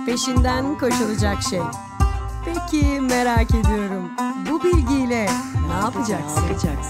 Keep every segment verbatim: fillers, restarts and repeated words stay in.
peşinden koşulacak şey. Peki merak ediyorum. Bu bilgiyle ne yapacaksın?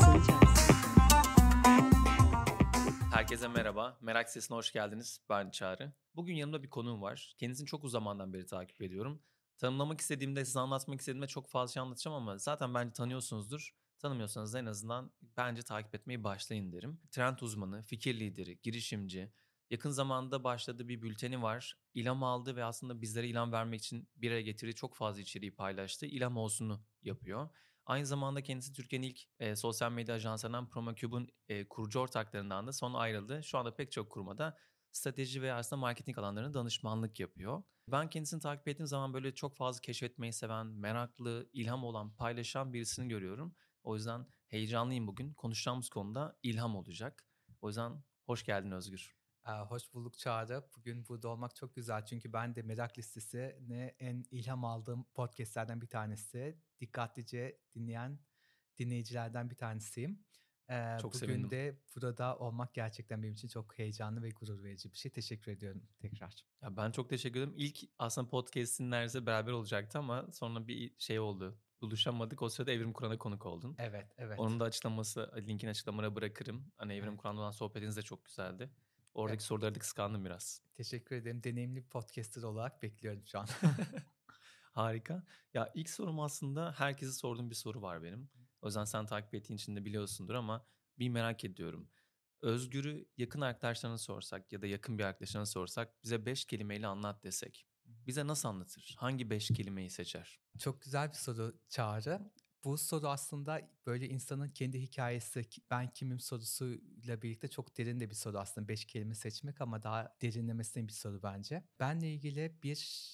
Herkese merhaba. Merak Sesi'ne hoş geldiniz. Ben Çağrı. Bugün yanımda bir konuğum var. Kendisini çok uzun zamandan beri takip ediyorum. Tanımlamak istediğimde, size anlatmak istediğimde çok fazla şey anlatacağım ama zaten bence tanıyorsunuzdur. Tanımıyorsanız da en azından bence takip etmeyi başlayın derim. Trend uzmanı, fikir lideri, girişimci. Yakın zamanda başladığı bir bülteni var. İlham aldı ve aslında bizlere ilham vermek için bir araya getirdiği çok fazla içeriği paylaştı. İlham olsunu yapıyor. Aynı zamanda kendisi Türkiye'nin ilk e, sosyal medya ajanslarından PromoCube'un e, kurucu ortaklarından da sonra ayrıldı. Şu anda pek çok kurumada strateji ve aslında marketing alanlarında danışmanlık yapıyor. Ben kendisini takip ettiğim zaman böyle çok fazla keşfetmeyi seven, meraklı, ilham olan, paylaşan birisini görüyorum. O yüzden heyecanlıyım bugün. Konuşacağımız konuda ilham olacak. O yüzden hoş geldin Özgür. Ee, Hoş bulduk Çağrı. Bugün burada olmak çok güzel çünkü ben de Merak Listesi'ne en ilham aldığım podcastlerden bir tanesi. Dikkatlice dinleyen dinleyicilerden bir tanesiyim. Ee, Çok Bugün sevindim. de burada olmak gerçekten benim için çok heyecanlı ve gurur verici bir şey. Teşekkür ediyorum tekrar. Ya ben çok teşekkür ederim. İlk aslında podcast'in neredeyse beraber olacaktı ama sonra bir şey oldu. Buluşamadık. O sırada Evrim Kur'an'a konuk oldun. Evet, evet, Onun da açıklaması, linkini açıklamaya bırakırım. Hani Evrim evet. Kur'an'da olan sohbetiniz de çok güzeldi. evet. Oradaki soruları da kıskandım biraz. Teşekkür ederim. Deneyimli bir podcaster olarak bekliyorum şu an. Harika. Ya ilk sorum aslında herkese sorduğum bir soru var benim. O yüzden sen takip ettiğin için de biliyorsundur ama bir merak ediyorum. Özgür'ü yakın arkadaşlarına sorsak ya da yakın bir arkadaşına sorsak bize beş kelimeyle anlat desek. Bize nasıl anlatır? Hangi beş kelimeyi seçer? Çok güzel bir soru Çağrı. Bu soru aslında böyle insanın kendi hikayesi, ki- ben kimim sorusuyla birlikte çok derin de bir soru aslında. Beş kelime seçmek ama daha derinlemesine bir soru bence. Benle ilgili bir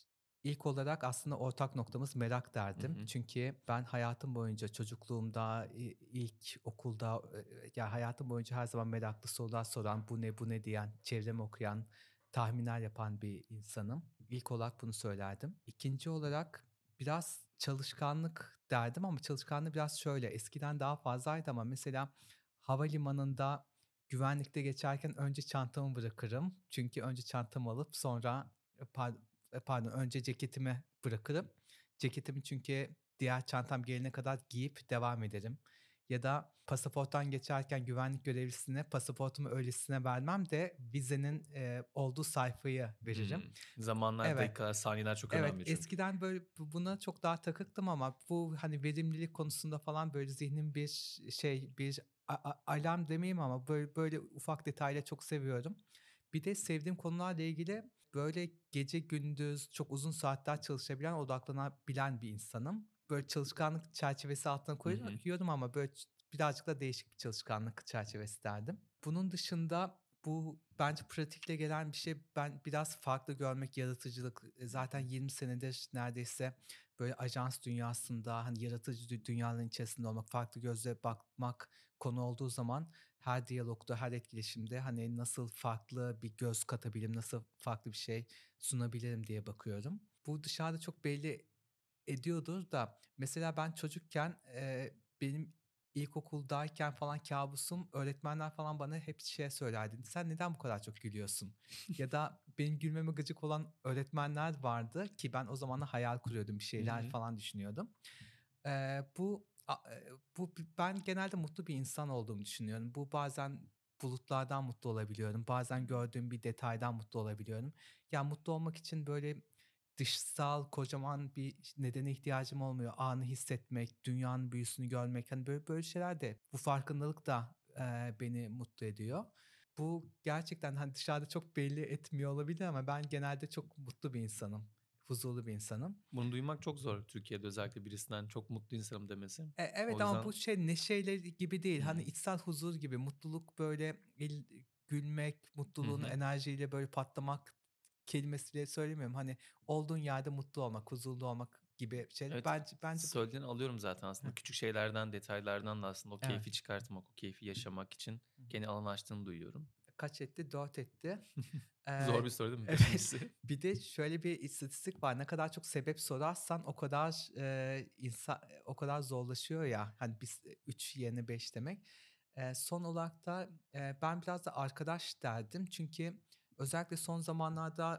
ilk olarak aslında ortak noktamız merak Hı derdim. hı. Çünkü ben hayatım boyunca çocukluğumda, i- ilk okulda, e, ya hayatım boyunca her zaman meraklı sorular soran, bu ne bu ne diyen, çevremi okuyan, tahminler yapan bir insanım. İlk olarak bunu söylerdim. İkinci olarak biraz çalışkanlık derdim ama çalışkanlık biraz şöyle. Eskiden daha fazlaydı ama mesela havalimanında güvenlikte geçerken önce çantamı bırakırım. Çünkü önce çantamı alıp sonra e, par- e, pardon önce ceketimi bırakırım. Ceketimi çünkü diğer çantam gelene kadar giyip devam ederim. Ya da pasaporttan geçerken güvenlik görevlisine pasaportumu öylesine vermem de vizenin e, olduğu sayfayı veririm. Hmm. Zamanlar, Evet. dakikalar, saniyeler çok Evet, önemli çünkü. eskiden böyle bu- buna çok daha takıktım ama bu hani verimlilik konusunda falan böyle zihnim bir şey bir a- a- alarm demeyeyim ama böyle böyle ufak detayları çok seviyorum. Bir de sevdiğim konularla ilgili böyle gece gündüz çok uzun saatler çalışabilen, odaklanabilen bir insanım. Böyle çalışkanlık çerçevesi altına Hı hı. koyuyorum ama böyle ç- birazcık da değişik bir çalışkanlık çerçevesi derdim. Bunun dışında bu bence pratikle gelen bir şey. Ben biraz farklı görmek, yaratıcılık. e, Zaten yirmi senedir neredeyse böyle ajans dünyasında hani yaratıcı dü- dünyanın içerisinde olmak, farklı gözle bakmak konu olduğu zaman her diyalogda, her etkileşimde hani nasıl farklı bir göz katabilirim, nasıl farklı bir şey sunabilirim diye bakıyorum. Bu dışarıda çok belli ediyordur da mesela ben çocukken e, benim ilkokuldayken falan kabusum öğretmenler falan bana hep şey söylerdi. Sen neden bu kadar çok gülüyorsun? Ya da benim gülmeme gıcık olan öğretmenler vardı ki ben o zaman da hayal kuruyordum, bir Hı şeyler hı. falan düşünüyordum. Ee, bu a- e, bu ben genelde mutlu bir insan olduğumu düşünüyorum. Bu bazen bulutlardan mutlu olabiliyorum. Bazen gördüğüm bir detaydan mutlu olabiliyorum. Ya mutlu olmak için böyle dışsal kocaman bir nedene ihtiyacım olmuyor. Anı hissetmek, dünyanın büyüsünü görmek, hani böyle böyle şeyler de, bu farkındalık da e, beni mutlu ediyor. Bu gerçekten hani dışarıda çok belli etmiyor olabilir ama ben genelde çok mutlu bir insanım. Huzurlu bir insanım. Bunu duymak çok zor Türkiye'de özellikle birisinden çok mutlu insanım demesi. E, evet O ama yüzden bu şey neşeyle gibi değil. Hani hmm. içsel huzur gibi. Mutluluk böyle il, gülmek, Hı mutluluğun hı. enerjiyle böyle patlamak kelimesiyle söylemiyorum. Hani olduğun yerde mutlu olmak, huzurlu olmak gibi şeyler. Evet, Bence bence bu- söylediğini alıyorum zaten Heh, aslında. Küçük şeylerden, detaylardan da aslında o evet. keyfi çıkartmak, o keyfi yaşamak için Hı hı. kendi alan açtığını duyuyorum. Kaç etti? Dört etti. Zor Ee, bir soru değil mi? evet. Beşincisi. Bir de şöyle bir istatistik var. Ne kadar çok sebep sorarsan o kadar e, insan o kadar zorlaşıyor ya. Hani biz üç yerine beş demek. E, son olarak da e, ben biraz da arkadaş derdim. Çünkü özellikle son zamanlarda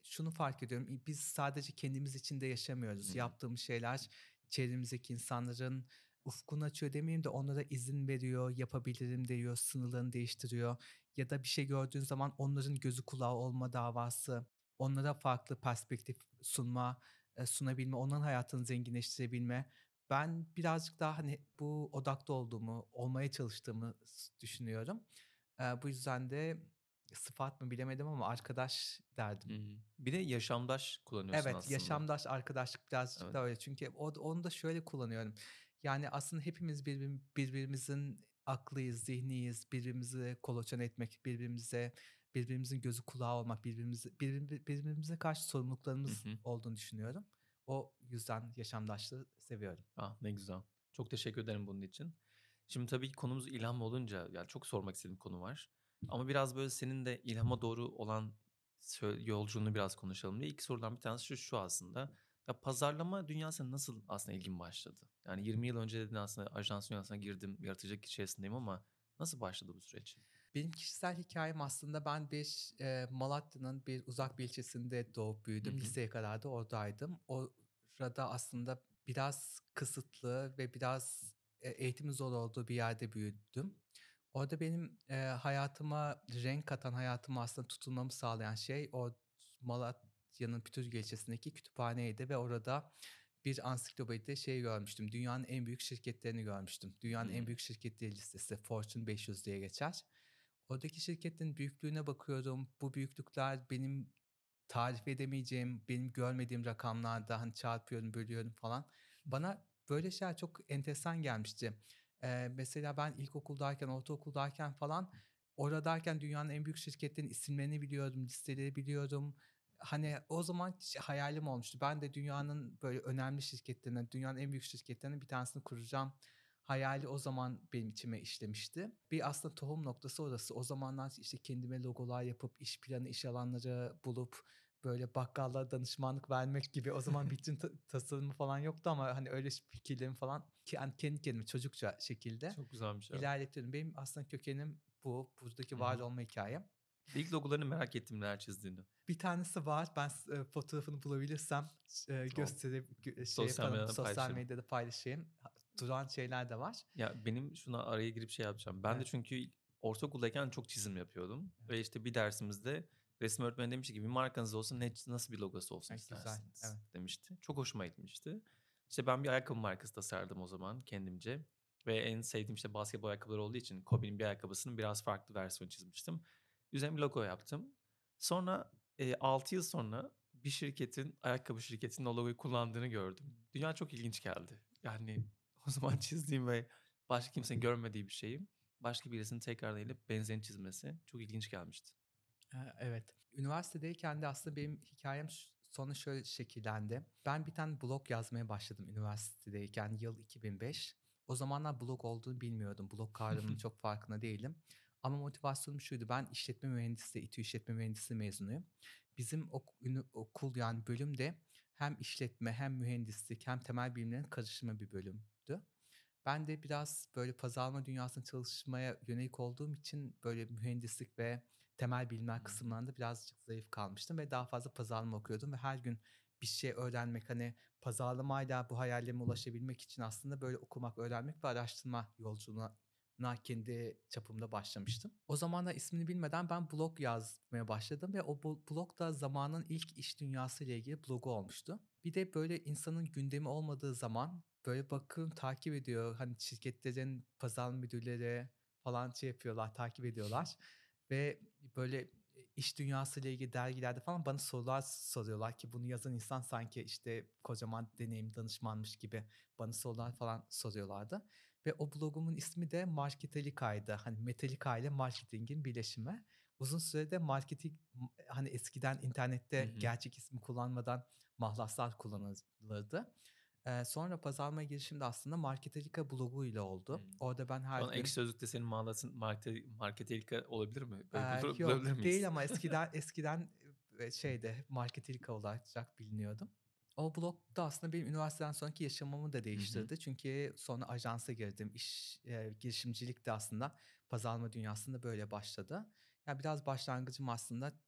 şunu fark ediyorum. İ biz sadece kendimiz için de Hı yaşamıyoruz. hı. Yaptığımız şeyler çevremizdeki insanların ufkunu açıyor demeyeyim de onlara izin veriyor, yapabilirim diyor, sınırlarını değiştiriyor. Ya da bir şey gördüğün zaman onların gözü kulağı olma davası, onlara farklı perspektif sunma, eee, sunabilme, onların hayatını zenginleştirebilme. Ben birazcık daha, hani, bu odakta olduğumu, olmaya çalıştığımı s düşünüyorum. Eee, bu yüzden de sıfat mı bilemedim ama arkadaş Hı derdim. hı. Bir de yaşamdaş kullanıyorsun Evet, aslında. yaşamdaş arkadaşlık birazcık Evet. da öyle. Çünkü o onu da şöyle kullanıyorum. Yani, aslında hepimiz birbirim birbirimizin aklıyız, zihniyiz. Birbirimizi kolaçan etmek, birbirimize birbirimizin gözü kulağı olmak, birbirimizi birbiri birbirimize karşı Hı sorumluluklarımız hı. olduğunu düşünüyorum. O yüzden yaşamdaşlığı seviyorum. Ah, ne güzel. Çok teşekkür ederim bunun için. Şimdi tabii ki konumuz ilham olunca yani çok sormak istediğim konu var. Ama biraz böyle senin de ilhama doğru olan sö yolculuğunu biraz konuşalım diye. İlk sorudan bir tanesi şu şu aslında. Ya, pazarlama dünyasına nasıl aslında ilgin başladı? Yani yirmi yıl önce dedin aslında ajans dünyasına girdim, yaratıcılık içerisindeyim ama nasıl başladı bu süreç? Benim kişisel hikâyem aslında ben bir, eee, Malatya'nın bir uzak bir ilçesinde doğup Hı büyüdüm. hı. Liseye kadar da oradaydım. Orada aslında biraz kısıtlı ve biraz, eee, eğitimin zor olduğu bir yerde büyüdüm. Orada benim, eee, hayatıma renk katan, hayatıma aslında tutunmamı sağlayan şey o Malatya'nın Pütürge ilçesindeki kütüphaneydi ve orada bir ansiklopedide şey görmüştüm, dünyanın en büyük şirketlerini görmüştüm. Dünyanın en Hımm. büyük şirketleri listesi, Fortune beş yüz diye geçer. Oradaki şirketin büyüklüğüne bakıyorum. Bu büyüklükler benim tarif edemeyeceğim, benim görmediğim rakamlarda, hani, çarpıyorum, bölüyorum falan. Bana böyle şeyler çok enteresan gelmişti. Eee, mesela ben ilkokuldayken, ortaokuldayken falan oradayken dünyanın en büyük şirketlerin isimlerini biliyordum, listeleri biliyordum. Hani, o zaman ş hayalim olmuştu. Ben de dünyanın böyle önemli şirketlerinden, dünyanın en büyük şirketlerinden bir tanesini kuracağım hayali o zaman benim içime işlemişti. Bir aslında tohum noktası orası. O zamanlar işte kendime logolar yapıp, iş planı, iş alanları bulup, böyle bakkallara danışmanlık vermek gibi o zaman vitrin ta tasarımı falan yoktu ama hani öyle ş fikirlerimi falan ke yani kendi kendime çocukça şekilde Çok güzelmiş ya. ilerletiyordum. Benim aslında kökenim bu. Buradaki Hı var hı. olma hikâyem. İlk logolarını merak ettim neler çizdiğini. Bir tanesi var. Ben s eee, fotoğrafını bulabilirsem ş eee, O gösterip gö şey sosyal yaparım, medyadan sosyal paylaşırım. medyada paylaşayım. Ha duran şeyler de var. Ya, benim şuna araya girip şey yapacağım. Ben de Evet, çünkü ortaokuldayken çok çizim yapıyordum evet. ve, işte, bir dersimizde resim öğretmeni demişti ki, "Bir markanız olsa ne nasıl bir logosu olsun Ay, güzel. istersiniz?" Evet. demişti. Çok hoşuma gitmişti. İşte, ben bir ayakkabı markası tasarladım o zaman kendimce ve en sevdiğim, işte, basketbol ayakkabıları olduğu için Kobe'nin bir ayakkabısının biraz farklı versiyonu çizmiştim. Üzerine bir logo yaptım. Sonra, eee, altı yıl sonra bir şirketin, ayakkabı şirketinin o logoyu kullandığını gördüm. Dünya çok ilginç geldi. Yani o zaman çizdiğim ve başka kimsenin görmediği bir şeyi başka birisinin tekrardan edip benzerini çizmesi çok ilginç gelmişti. Eee, evet. Üniversitedeyken de aslında benim hikâyem ş sonra şöyle şekillendi. Ben bir tane blog yazmaya başladım üniversitedeyken, yıl iki bin beş. O zamanlar blog olduğunu bilmiyordum. Blog kavramının çok farkında değilim. Ama motivasyonum şuydu: ben işletme mühendisliği, İTÜ İşletme Mühendisliği mezunuyum. Bizim ok ünü okul, yani bölüm de hem işletme hem mühendislik hem temel bilimlerin karışımı bir bölümdü. Ben de biraz böyle pazarlama dünyasında çalışmaya yönelik olduğum için böyle mühendislik ve temel bilimler Hımm. kısımlarında birazcık zayıf kalmıştım ve daha fazla pazarlama okuyordum ve her gün bir şey öğrenmek, hani, pazarlamayla bu hayallerime ulaşabilmek için aslında böyle okumak, öğrenmek ve araştırma yolculuğuna na kendi çapımda başlamıştım. O zamanlar ismini bilmeden ben blog yazmaya başladım ve o bu blog da zamanın ilk iş dünyasıyla ilgili blogu olmuştu. Bir de böyle insanın gündemi olmadığı zaman böyle bakıyorum takip ediyor. Hani şirketlerin pazarlama müdürleri falan şey yapıyorlar, takip ediyorlar ve böyle, eee, iş dünyasıyla ilgili dergilerde falan bana sorular soruyorlar ki bunu yazan insan sanki, işte, kocaman deneyimli danışmanmış gibi bana sorular falan soruyorlardı ve o blogumun ismi de Marketalica'ydı. Hani Metallica ile marketingin birleşimi. Uzun sürede marketing m hani eskiden Hı internette hı. gerçek ismi kullanmadan mahlaslar kullanılırdı. Eee, sonra pazarlamaya girişim de aslında Marketalica bloguyla oldu. Hımm. Orada ben Şu her an Ekşi gün, Sözlük'te senin mağlasın markete Marketelika olabilir mi? Böyle eee, bulur bulabilir yok değil miyiz? ama eskiden eskiden, eee, şeyde hep Marketalica olarak biliniyordum. O blog da aslında benim üniversiteden sonraki yaşamımı da Hı hı. değiştirdi. Çünkü sonra ajansa girdim. İş, eee, girişimcilik de aslında pazarlama dünyasında böyle başladı. Ya, biraz başlangıcım aslında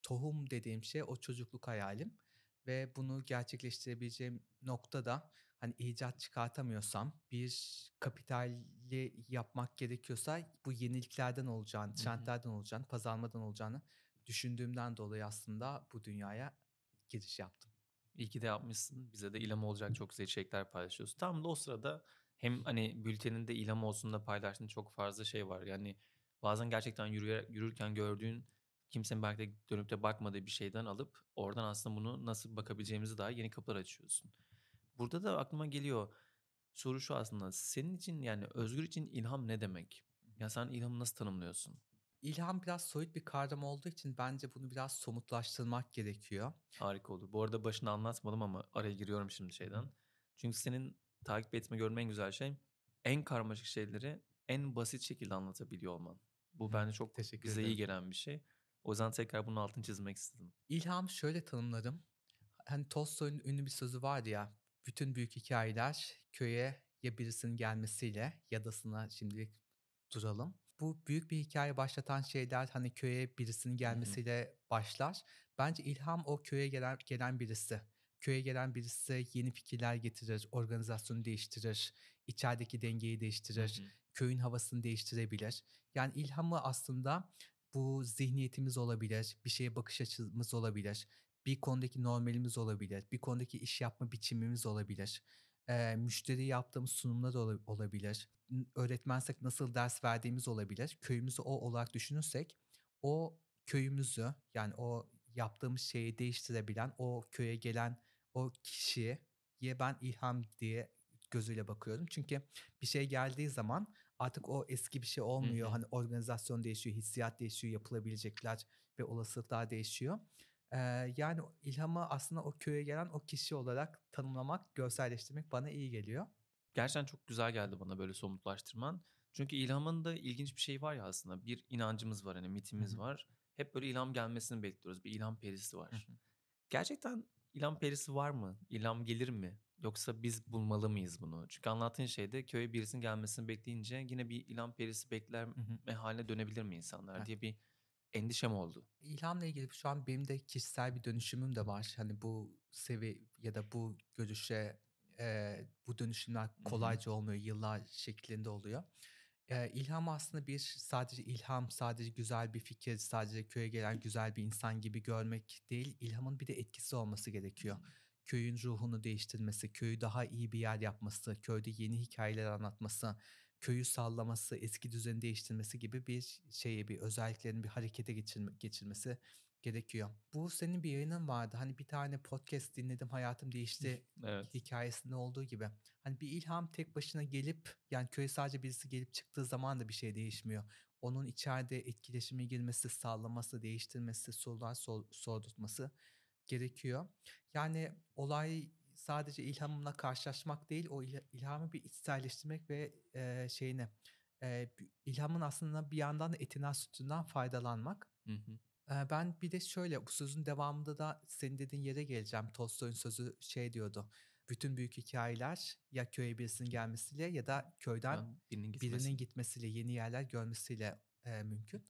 tohum dediğim şey o çocukluk hayalim ve bunu gerçekleştirebileceğim noktada hani icat çıkartamıyorsam, bir kapitali yapmak gerekiyorsa bu yeniliklerden olacağını, Hı hı. trendlerden olacağını, pazarlamadan olacağını düşündüğümden dolayı aslında bu dünyaya giriş yaptım. İyi ki de yapmışsın. Bize de ilham olacak çok güzel içerikler paylaşıyorsun. Tam da o sırada hem hani bülteninde ilham olsun da paylaştığın çok fazla şey var. Yani bazen gerçekten yürüye, yürürken gördüğün kimsenin belki de dönüp de bakmadığı bir şeyden alıp oradan aslında bunu nasıl bakabileceğimizi daha yeni kapılar açıyorsun. Burada da aklıma geliyor soru şu aslında. Senin için yani Özgür için ilham ne demek? Ya sen ilhamı nasıl tanımlıyorsun? İlham biraz soyut bir kavram olduğu için bence bunu biraz somutlaştırmak gerekiyor. Harika olur. Bu arada başını anlatmadım ama araya giriyorum şimdi Hı hı. şeyden. Çünkü senin takip etme görme en güzel şey en karmaşık şeyleri en basit şekilde anlatabiliyor olman. Bu Hı, bence çok teşekkür bize iyi ederim. gelen bir şey. O yüzden tekrar bunun altını çizmek istedim. İlham şöyle tanımlarım. Hani Tolstoy'un ünlü bir sözü vardı ya. Bütün büyük hikayeler köye ya birisinin gelmesiyle ya dasına şimdilik duralım. Bu büyük bir hikaye başlatan şeyler hani köye birisinin Hı hı. gelmesiyle başlar. Bence ilham o köye gelen, gelen birisi. Köye gelen birisi yeni fikirler getirir, organizasyonu değiştirir, içerideki dengeyi Hı değiştirir, hı. köyün havasını değiştirebilir. Yani ilhamı aslında bu zihniyetimiz olabilir, bir şeye bakış açımız olabilir, bir konudaki normalimiz olabilir, bir konudaki iş yapma biçimimiz olabilir. Eee, müşteriye yaptığımız sunumlar ola- olabilir. N- Öğretmensek nasıl ders verdiğimiz olabilir. Köyümüzü o olarak düşünürsek o köyümüzü yani o yaptığımız şeyi değiştirebilen o köye gelen o kişiye ben ilham diye gözüyle bakıyorum. Çünkü bir şey geldiği zaman artık o eski bir şey Hı olmuyor. hı. Hani organizasyon değişiyor, hissiyat değişiyor, yapılabilecekler ve olasılıklar değişiyor. Eee, yani ilhamı aslında o köye gelen o kişi olarak tanımlamak, görselleştirmek bana iyi geliyor. Gerçekten çok güzel geldi bana böyle somutlaştırman. Çünkü ilhamın da ilginç bir şey var ya aslında. Bir inancımız var hani Hı mitimiz hı. var. Hep böyle ilham gelmesini bekliyoruz. Bir ilham perisi Hı var. hı. Gerçekten ilham perisi var mı? İlham gelir mi? Yoksa biz bulmalı mıyız bunu? Çünkü anlattığın şeyde köye birisinin gelmesini bekleyince yine bir ilham perisi Hı hı. bekleme haline dönebilir mi insanlar Evet. diye bir endişem oldu. İlhamla ilgili şu an benim de kişisel bir dönüşümüm de var. Hani bu seviye ya da bu görüşe eee, bu dönüşümler Hı hı. kolayca olmuyor, yıllar şeklinde oluyor. Eee ilham aslında bir sadece ilham, sadece güzel bir fikir, sadece köye gelen güzel bir insan gibi görmek değil. İlhamın bir de etkisi olması gerekiyor. Köyün ruhunu değiştirmesi, köyü daha iyi bir yer yapması, köyde yeni hikayeler anlatması, köyü sallaması, eski düzeni değiştirmesi gibi bir şeyi, bir özelliklerin bir harekete geçirme, geçirmesi gerekiyor. Bu senin bir yayının vardı. Hani bir tane podcast dinledim, hayatım değişti Evet. hikayesinde olduğu gibi. Hani bir ilham tek başına gelip yani köye sadece birisi gelip çıktığı zaman da bir şey değişmiyor. Onun içeride etkileşime girmesi, sağlaması, değiştirmesi, sorular sor, sordurtması gerekiyor. Yani olay sadece ilhamımla karşılaşmak değil, o il- ilhamı bir içselleştirmek ve e, şeyine e, b- ilhamın aslında bir yandan da etinden sütünden faydalanmak. Hı hı. Eee, ben bir de şöyle, bu sözün devamında da senin dediğin yere geleceğim. Tolstoy'un sözü şey diyordu. Bütün büyük hikayeler ya köye birisinin gelmesiyle ya da köyden Ben birinin birinin gitmesi. gitmesiyle, yeni yerler görmesiyle eee, mümkün.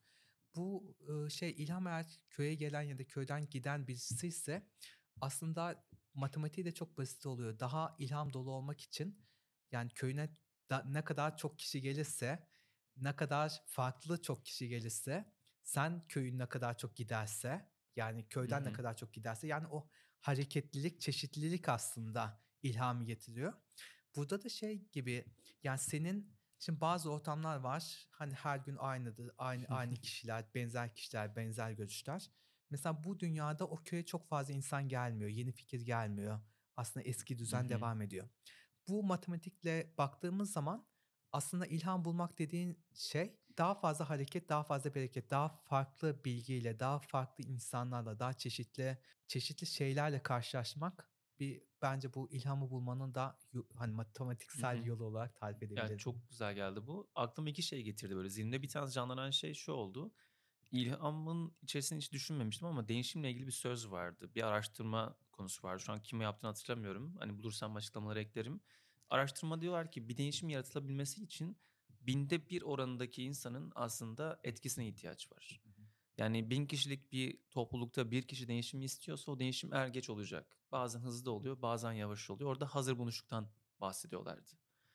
Bu ııı, şey ilham eğer köye gelen ya da köyden giden birisi ise aslında matematiği de çok basit oluyor. Daha ilham dolu olmak için yani köyüne da, ne kadar çok kişi gelirse, ne kadar farklı çok kişi gelirse sen köyün ne kadar çok giderse, yani Hı köyden ne hı. kadar çok giderse, yani o hareketlilik, çeşitlilik aslında ilhamı getiriyor. Burada da şey gibi, yani senin şimdi bazı ortamlar var. Hani her gün aynıdır. Aynı aynı kişiler, benzer kişiler, benzer görüşler. Mesela bu dünyada o köye çok fazla insan gelmiyor. Yeni fikir gelmiyor. Aslında eski Hı düzen hı. devam ediyor. Bu matematikle baktığımız zaman aslında ilham bulmak dediğin şey daha fazla hareket, daha fazla bereket, daha farklı bilgiyle, daha farklı insanlarla, daha çeşitli çeşitli şeylerle karşılaşmak bir bence bu ilhamı bulmanın da yu- hani Hı matematiksel hı. yolu olarak tarif Yani edebilirim. çok güzel geldi bu. Aklıma iki şey getirdi böyle. Zihnimde bir tanesi canlanan şey şu oldu. İlhamın içerisine hiç düşünmemiştim ama değişimle ilgili bir söz vardı. Bir araştırma konusu vardı. Şu an kime yaptığını hatırlamıyorum. Hani bulursam açıklamalara eklerim. Araştırma diyorlar ki bir değişim yaratılabilmesi için binde bir oranındaki insanın aslında etkisine ihtiyaç var. Yani bin kişilik bir toplulukta bir kişi değişimi istiyorsa o değişim er geç olacak. Bazen hızlı oluyor, bazen yavaş oluyor. Orada hazır buluşluktan bahsediyorlardı.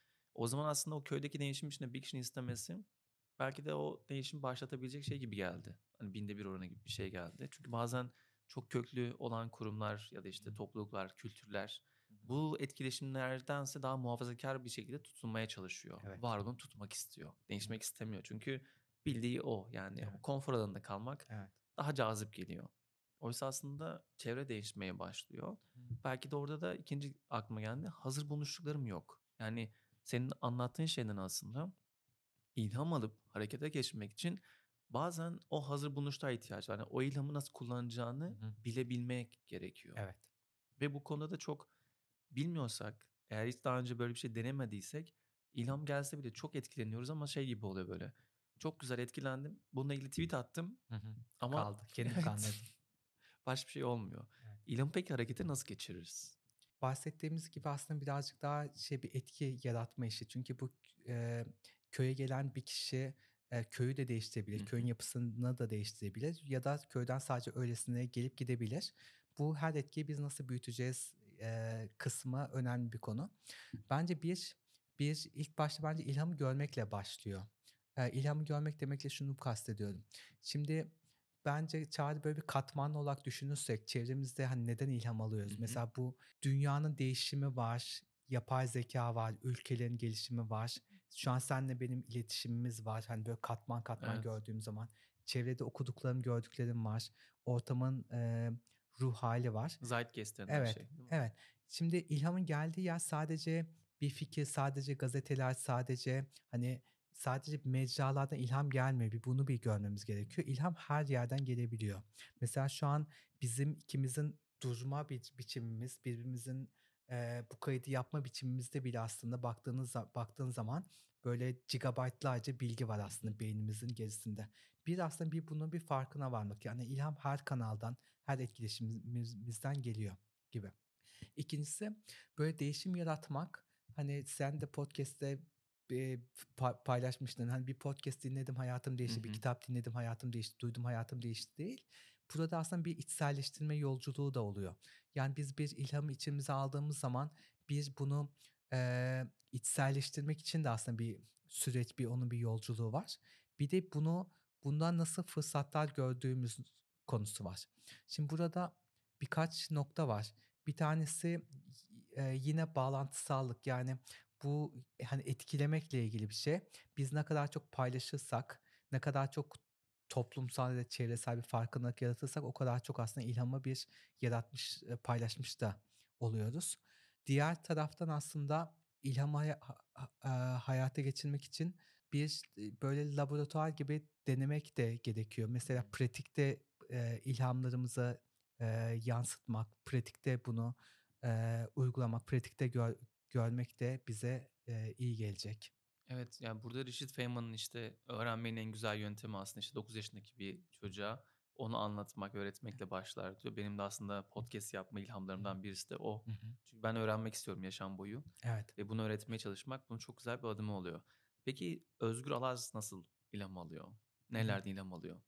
O zaman aslında o köydeki değişim içinde bir kişinin istemesi belki de o değişim başlatabilecek şey gibi geldi. Hani binde bir oranı gibi bir şey geldi. Çünkü bazen çok köklü olan kurumlar ya da işte topluluklar, kültürler bu etkileşimlerdense daha muhafazakar bir şekilde tutunmaya çalışıyor. Evet. Var olun tutmak istiyor. Değişmek istemiyor. Çünkü bildiği o. Yani o Evet. konfor alanında kalmak Evet. daha cazip geliyor. Oysa aslında çevre değişmeye başlıyor. Belki de orada da ikinci aklıma geldi. Hazır buluşluklarım yok. Yani senin anlattığın şeyden aslında ilham alıp harekete geçmek için bazen o hazır buluşluğa ihtiyaç var. Yani o ilhamı nasıl kullanacağını Hı hı. bilebilmek gerekiyor. Evet. Ve bu konuda da çok bilmiyorsak, eğer hiç daha önce böyle bir şey denemediysek, ilham gelse bile çok etkileniyoruz ama şey gibi oluyor böyle. Çok güzel etkilendim. Bununla ilgili tweet attım Hı hı. ama Kaldı. Kendim evet, kandırdım. başka bir şey olmuyor. Evet. İlhamı peki harekete nasıl geçiririz? Bahsettiğimiz gibi aslında birazcık daha şey bir etki yaratma işi. Çünkü bu e, köye gelen bir kişi e, köyü de değiştirebilir, Hı köyün hı. yapısını da değiştirebilir ya da köyden sadece öylesine gelip gidebilir. Bu her etkiyi biz nasıl büyüteceğiz e, kısmı önemli bir konu. Bence bir, bir ilk başta bence ilhamı görmekle başlıyor. E, ilhamı görmek demekle şunu kastediyorum. Şimdi bence çağrı böyle bir katmanlı olarak düşünürsek çevremizde hani neden ilham Hı alıyoruz? hı. Mesela bu dünyanın değişimi var, yapay zeka var, ülkelerin gelişimi var. Şu an seninle benim iletişimimiz var. Hani böyle katman katman Evet. gördüğüm zaman çevrede okuduklarım, gördüklerim var. Ortamın e, ruh hali var. Zeitgeist denilen Evet, şey, değil mi? evet. Şimdi ilhamın geldiği yer sadece bir fikir, sadece gazeteler, sadece hani sadece mecralardan ilham gelmiyor. Bir bunu bir görmemiz gerekiyor. İlham her yerden gelebiliyor. Mesela şu an bizim ikimizin durma bi- biçimimiz, birbirimizin eee, bu kaydı yapma biçimimizde bile aslında baktığınız za- baktığın zaman böyle gigabaytlarca bilgi var Hı hı. aslında beynimizin gerisinde. Bir aslında bir bunun bir farkına varmak. Yani ilham her kanaldan, her etkileşimimizden geliyor gibi. İkincisi böyle değişim yaratmak. Hani sen de podcast'te e, pa- paylaşmıştın. Hani bir podcast dinledim hayatım Hı değişti, bir hı. kitap dinledim hayatım değişti, duydum hayatım değişti değil. Burada aslında bir içselleştirme yolculuğu da oluyor. Yani biz bir ilhamı içimize aldığımız zaman biz bunu e, içselleştirmek için de aslında bir süreç, bir onun bir yolculuğu var. Bir de bunu bundan nasıl fırsatlar gördüğümüz konusu var. Şimdi burada birkaç nokta var. Bir tanesi eee, yine bağlantısallık yani bu e, hani etkilemekle ilgili bir şey. Biz ne kadar çok paylaşırsak, ne kadar çok toplumsal ya da çevresel bir farkındalık yaratırsak o kadar çok aslında ilhamı bir yaratmış, e, paylaşmış da oluyoruz. Diğer taraftan aslında ilhamı haya- ha- ha- eee, hayata geçirmek için bir e, böyle laboratuvar gibi denemek de gerekiyor. Mesela pratikte e, ilhamlarımızı eee, yansıtmak, pratikte bunu eee, uygulamak, pratikte gör, görmek de bize eee, iyi gelecek. Evet, yani burada Richard Feynman'ın işte öğrenmenin en güzel yöntemi aslında işte dokuz yaşındaki bir çocuğa onu anlatmak, öğretmekle başlar diyor. Benim de aslında podcast yapma Hı hı. ilhamlarımdan birisi de o. Hı hı. Çünkü ben öğrenmek istiyorum yaşam boyu Evet. ve bunu öğretmeye çalışmak bunun çok güzel bir adımı oluyor. Peki Özgür Alaz nasıl ilham alıyor? Hı hı. Nelerden ilham alıyor?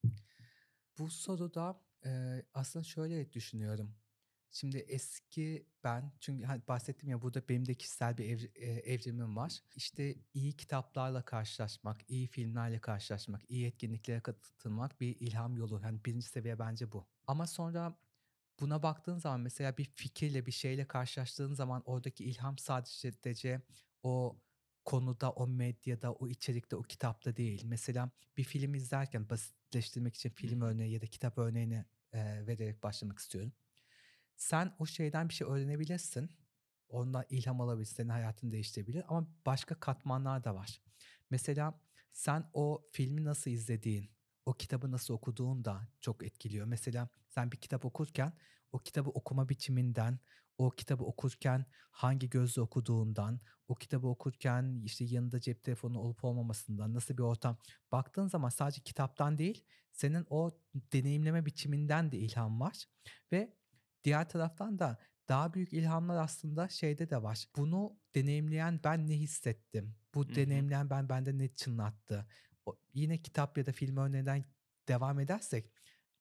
Bu soruda eee, aslında şöyle düşünüyorum. Şimdi eski ben çünkü hani bahsettim ya burada benim de kişisel bir ev- eee, evrimim var. İşte iyi kitaplarla karşılaşmak, iyi filmlerle karşılaşmak, iyi etkinliklere katılmak bir ilham yolu. Yani birinci seviye bence bu. Ama sonra buna baktığın zaman mesela bir fikirle bir şeyle karşılaştığın zaman oradaki ilham sadece o konuda, o medyada, o içerikte, o kitapta değil. Mesela bir film izlerken basitleştirmek için Hı film hı. örneği ya da kitap örneğini eee, vererek başlamak istiyorum. Sen o şeyden bir şey öğrenebilirsin. Ondan ilham alabilirsin, senin hayatını değiştirebilir ama başka katmanlar da var. Mesela sen o filmi nasıl izlediğin, o kitabı nasıl okuduğun da çok etkiliyor. Mesela sen bir kitap okurken o kitabı okuma biçiminden, o kitabı okurken hangi gözle okuduğundan, o kitabı okurken işte yanında cep telefonu olup olmamasından, nasıl bir ortam. Baktığın zaman sadece kitaptan değil, senin o deneyimleme biçiminden de ilham var ve diğer taraftan da daha büyük ilhamlar aslında şeyde de var. Bunu deneyimleyen ben ne hissettim? Bu Hı hı. deneyimleyen ben bende ne çınlattı? O, yine kitap ya da film örneğinden devam edersek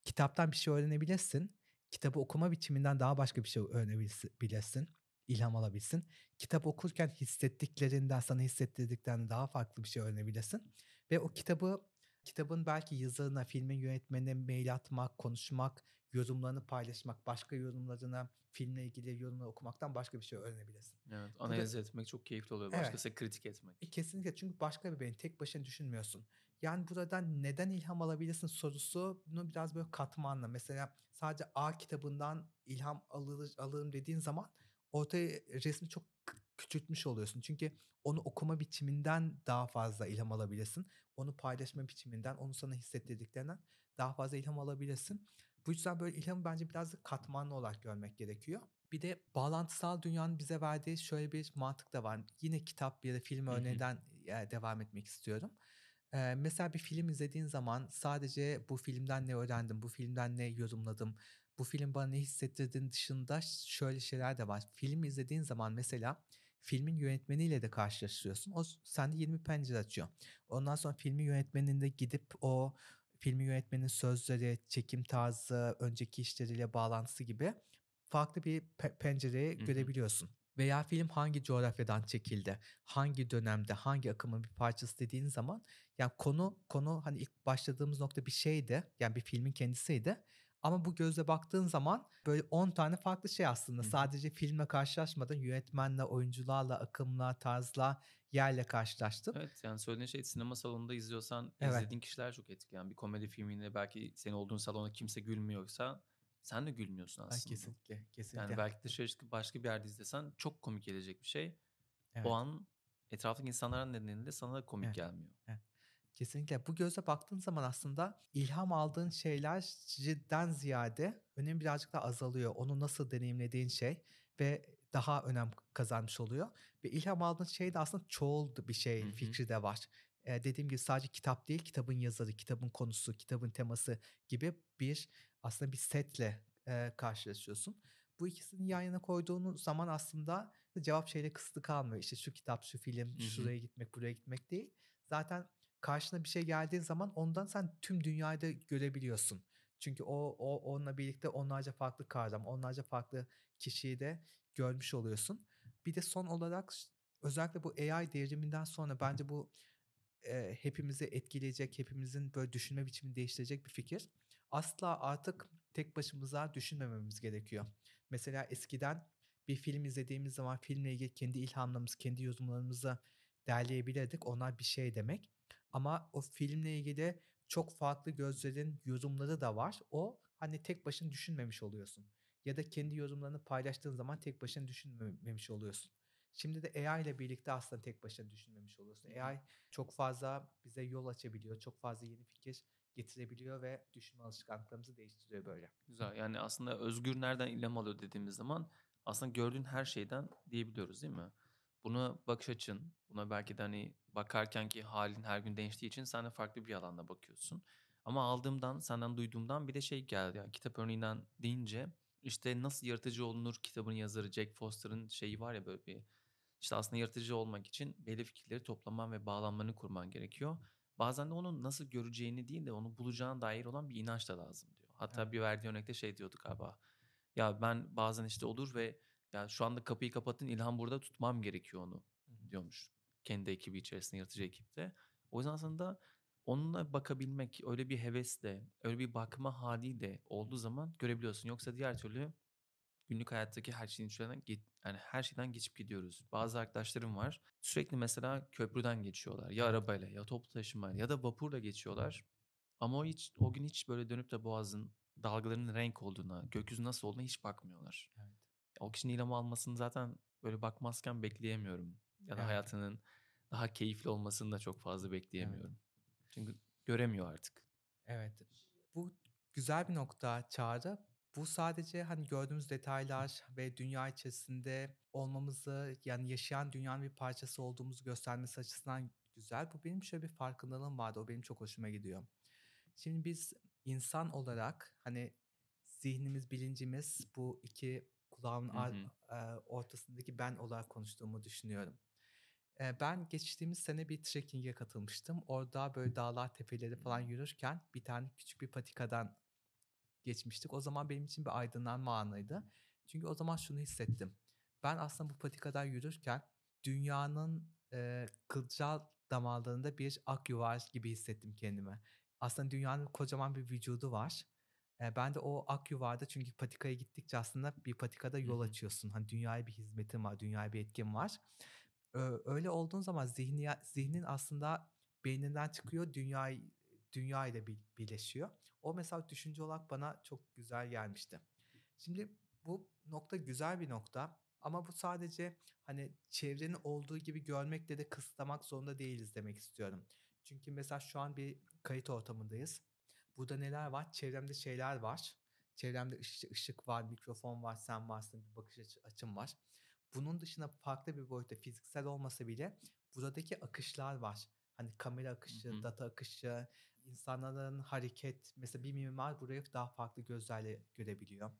kitaptan bir şey öğrenebilirsin. Kitabı okuma biçiminden daha başka bir şey öğrenebilirsin, ilham alabilsin. Kitap okurken hissettiklerinden, sana hissettirdiklerinden daha farklı bir şey öğrenebilirsin. Ve o kitabı, kitabın belki yazarına, filmin yönetmenine mail atmak, konuşmak, yorumlarını paylaşmak, başka yorumlarına, filmle ilgili yorumları okumaktan başka bir şey öğrenebilirsin. Evet, Burada analiz etmek çok keyifli oluyor. evet, Başkası kritik e, etmek. kesinlikle çünkü başka bir beyin tek başına düşünmüyorsun. Yani buradan neden ilham alabilirsin sorusunu biraz böyle katmanla. Mesela sadece A kitabından ilham alır, alırım dediğin zaman ortaya resmi çok k- küçültmüş oluyorsun. Çünkü onu okuma biçiminden daha fazla ilham alabilirsin. Onu paylaşma biçiminden, onu sana hissettirdiklerinden daha fazla ilham alabilirsin. Bu yüzden böyle ilhamı bence biraz da katmanlı olarak görmek gerekiyor. Bir de bağlantısal dünyanın bize verdiği şöyle bir mantık da var. Yine kitap ya da film Hı hı. örneğinden e, devam etmek istiyorum. Eee, mesela bir film izlediğin zaman sadece bu filmden ne öğrendim, bu filmden ne yorumladım, bu film bana ne hissettirdiğinin dışında şöyle şeyler de var. Film izlediğin zaman mesela filmin yönetmeniyle de karşılaşıyorsun. O s- sende yirmi pencere açıyor. Ondan sonra filmin yönetmeninde gidip o filmin yönetmenin sözleri, çekim tarzı, önceki işleriyle bağlantısı gibi farklı bir pe- pencereyi Hı hı. görebiliyorsun. Veya film hangi coğrafyadan çekildi, hangi dönemde, hangi akımın bir parçası dediğin zaman yani konu konu hani ilk başladığımız nokta bir şeydi. Yani bir filmin kendisiydi. Ama bu gözle baktığın zaman böyle on tane farklı şey aslında. Hı hı. Sadece filmle karşılaşmadan yönetmenle, oyuncularla, akımla, tarzla, yerle karşılaştın. Evet, yani söylediğin şey sinema salonunda izliyorsan Evet. izlediğin kişiler çok etkileyen. Bir komedi filminde belki senin olduğun salonda kimse gülmüyorsa sen de gülmüyorsun Ay, aslında. kesinlikle, Yani kesinlikle. belki dışarı çıkıp başka bir yerde izlesen çok komik gelecek bir şey. O Evet, an etrafındaki insanların nedeniyle sana da komik evet, gelmiyor. evet. Kesinlikle. Bu gözle baktığın zaman aslında ilham aldığın şeylerden ziyade önemi birazcık daha azalıyor. Onu nasıl deneyimlediğin şey ve daha önem kazanmış oluyor. Ve ilham aldığın şey de aslında çoğul bir Hı şey hı. fikri de var. Eee, dediğim gibi sadece kitap değil, kitabın yazarı, kitabın konusu, kitabın teması gibi bir aslında bir setle eee, karşılaşıyorsun. Bu ikisini yan yana koyduğunuz zaman aslında cevap şeyle kısıtlı kalmıyor. İşte şu kitap, şu film, Hı hı. şuraya gitmek, buraya gitmek değil. Zaten karşına bir şey geldiği zaman ondan sen tüm dünyayı da görebiliyorsun. Çünkü o o onunla birlikte onlarca farklı kavram, onlarca farklı kişiyi de görmüş oluyorsun. Bir de son olarak ş- özellikle bu A I devriminden sonra bence bu e, hepimizi etkileyecek, hepimizin böyle düşünme biçimini değiştirecek bir fikir. Asla artık tek başımıza düşünmememiz gerekiyor. Mesela eskiden bir film izlediğimiz zaman filmle ilgili kendi ilhamlarımızı, kendi yorumlarımızı derleyebilirdik. Onlar bir şey demek. Ama o filmle ilgili çok farklı gözlerin yorumları da var. O hani tek başına düşünmemiş oluyorsun. Ya da kendi yorumlarını paylaştığın zaman tek başına düşünmemiş oluyorsun. Şimdi de A I ile birlikte aslında tek başına düşünmemiş oluyorsun. Hı hı. A I çok fazla bize yol açabiliyor. Çok fazla yeni fikir getirebiliyor ve düşünme alışkanlıklarımızı değiştiriyor böyle. Güzel. Yani aslında özgür nereden ilham alıyor dediğimiz zaman aslında gördüğün her şeyden diyebiliyoruz değil mi? Buna bakış açın, buna belki de hani bakarken ki halin her gün değiştiği için sen de farklı bir alanda bakıyorsun. Ama aldığımdan, senden duyduğumdan bir de şey geldi. Yani kitap örneğinden deyince işte nasıl yaratıcı olunur kitabın yazarı Jack Foster'ın şeyi var ya böyle bir işte aslında yaratıcı olmak için belli fikirleri toplaman ve bağlamlarını kurman gerekiyor. Bazen de onu nasıl göreceğini değil de onu bulacağına dair olan bir inanç da lazım diyor. Evet. Hatta bir verdiği örnekte şey diyordu galiba. Ya ben bazen işte olur ve ya şu anda kapıyı kapatın ilham burada tutmam gerekiyor onu Hı hı. diyormuş. Kendi ekibi içerisinde yaratıcı ekipte. O yüzden aslında onunla bakabilmek öyle bir hevesle, öyle bir bakma haliyle olduğu zaman görebiliyorsun. Yoksa diğer türlü günlük hayattaki her şeyin içinden ge- yani her şeyden geçip gidiyoruz. Bazı arkadaşlarım var. Sürekli mesela köprüden geçiyorlar. Ya Evet. arabayla ya toplu taşımayla ya da vapurla geçiyorlar. Ama o hiç o gün hiç böyle dönüp de boğazın dalgalarının renk olduğuna, gökyüzü nasıl olduğuna hiç bakmıyorlar. Evet. O kişinin ilham almasını zaten böyle bakmazken bekleyemiyorum. Ya da Evet. hayatının daha keyifli olmasını da çok fazla Evet. bekleyemiyorum. Çünkü göremiyor artık. Evet. Bu güzel bir nokta Çağrı. Bu sadece hani gördüğümüz detaylar ve dünya içerisinde olmamızı yani yaşayan dünyanın bir parçası olduğumuzu göstermesi açısından güzel. Bu benim şöyle bir farkındalığım vardı. O benim çok hoşuma gidiyor. Şimdi biz insan olarak hani zihnimiz, bilincimiz bu iki kulağın Hı ar- hı. e, ortasındaki ben olarak konuştuğumu düşünüyorum. Eee, ben geçtiğimiz sene bir trekking'e katılmıştım. Orada böyle dağlar, tepeleri falan yürürken bir tane küçük bir patikadan geçmiştik. O zaman benim için bir aydınlanma anıydı. Çünkü o zaman şunu hissettim. Ben aslında bu patikadan yürürken dünyanın e, kılcal damarlarında bir ak yuvar gibi hissettim kendimi. Aslında dünyanın kocaman bir vücudu var. E, ben de o ak yuvarda, çünkü patikaya gittikçe aslında bir patikada Hı yol hı. açıyorsun. Hani dünyaya bir hizmetin var, dünyaya bir etkin var. Ö- öyle olduğun zaman zihni, zihnin aslında beyninden çıkıyor, dünya dünya ile bir- birleşiyor. O mesela düşünce olarak bana çok güzel gelmişti. Şimdi bu nokta güzel bir nokta, ama bu sadece hani çevrenin olduğu gibi görmekle de kısıtlamak zorunda değiliz demek istiyorum. Çünkü mesela şu an bir kayıt ortamındayız. Burada neler var? Çevremde şeyler var. Çevremde ışık, ışık var, mikrofon var, sen varsın, bir bakış açı, açım var. Bunun dışında farklı bir boyutta, fiziksel olmasa bile buradaki akışlar var. Hani kamera Hı akışı, hı. data akışı, insanların hareket. Mesela bir mimar burayı daha farklı gözlerle görebiliyor.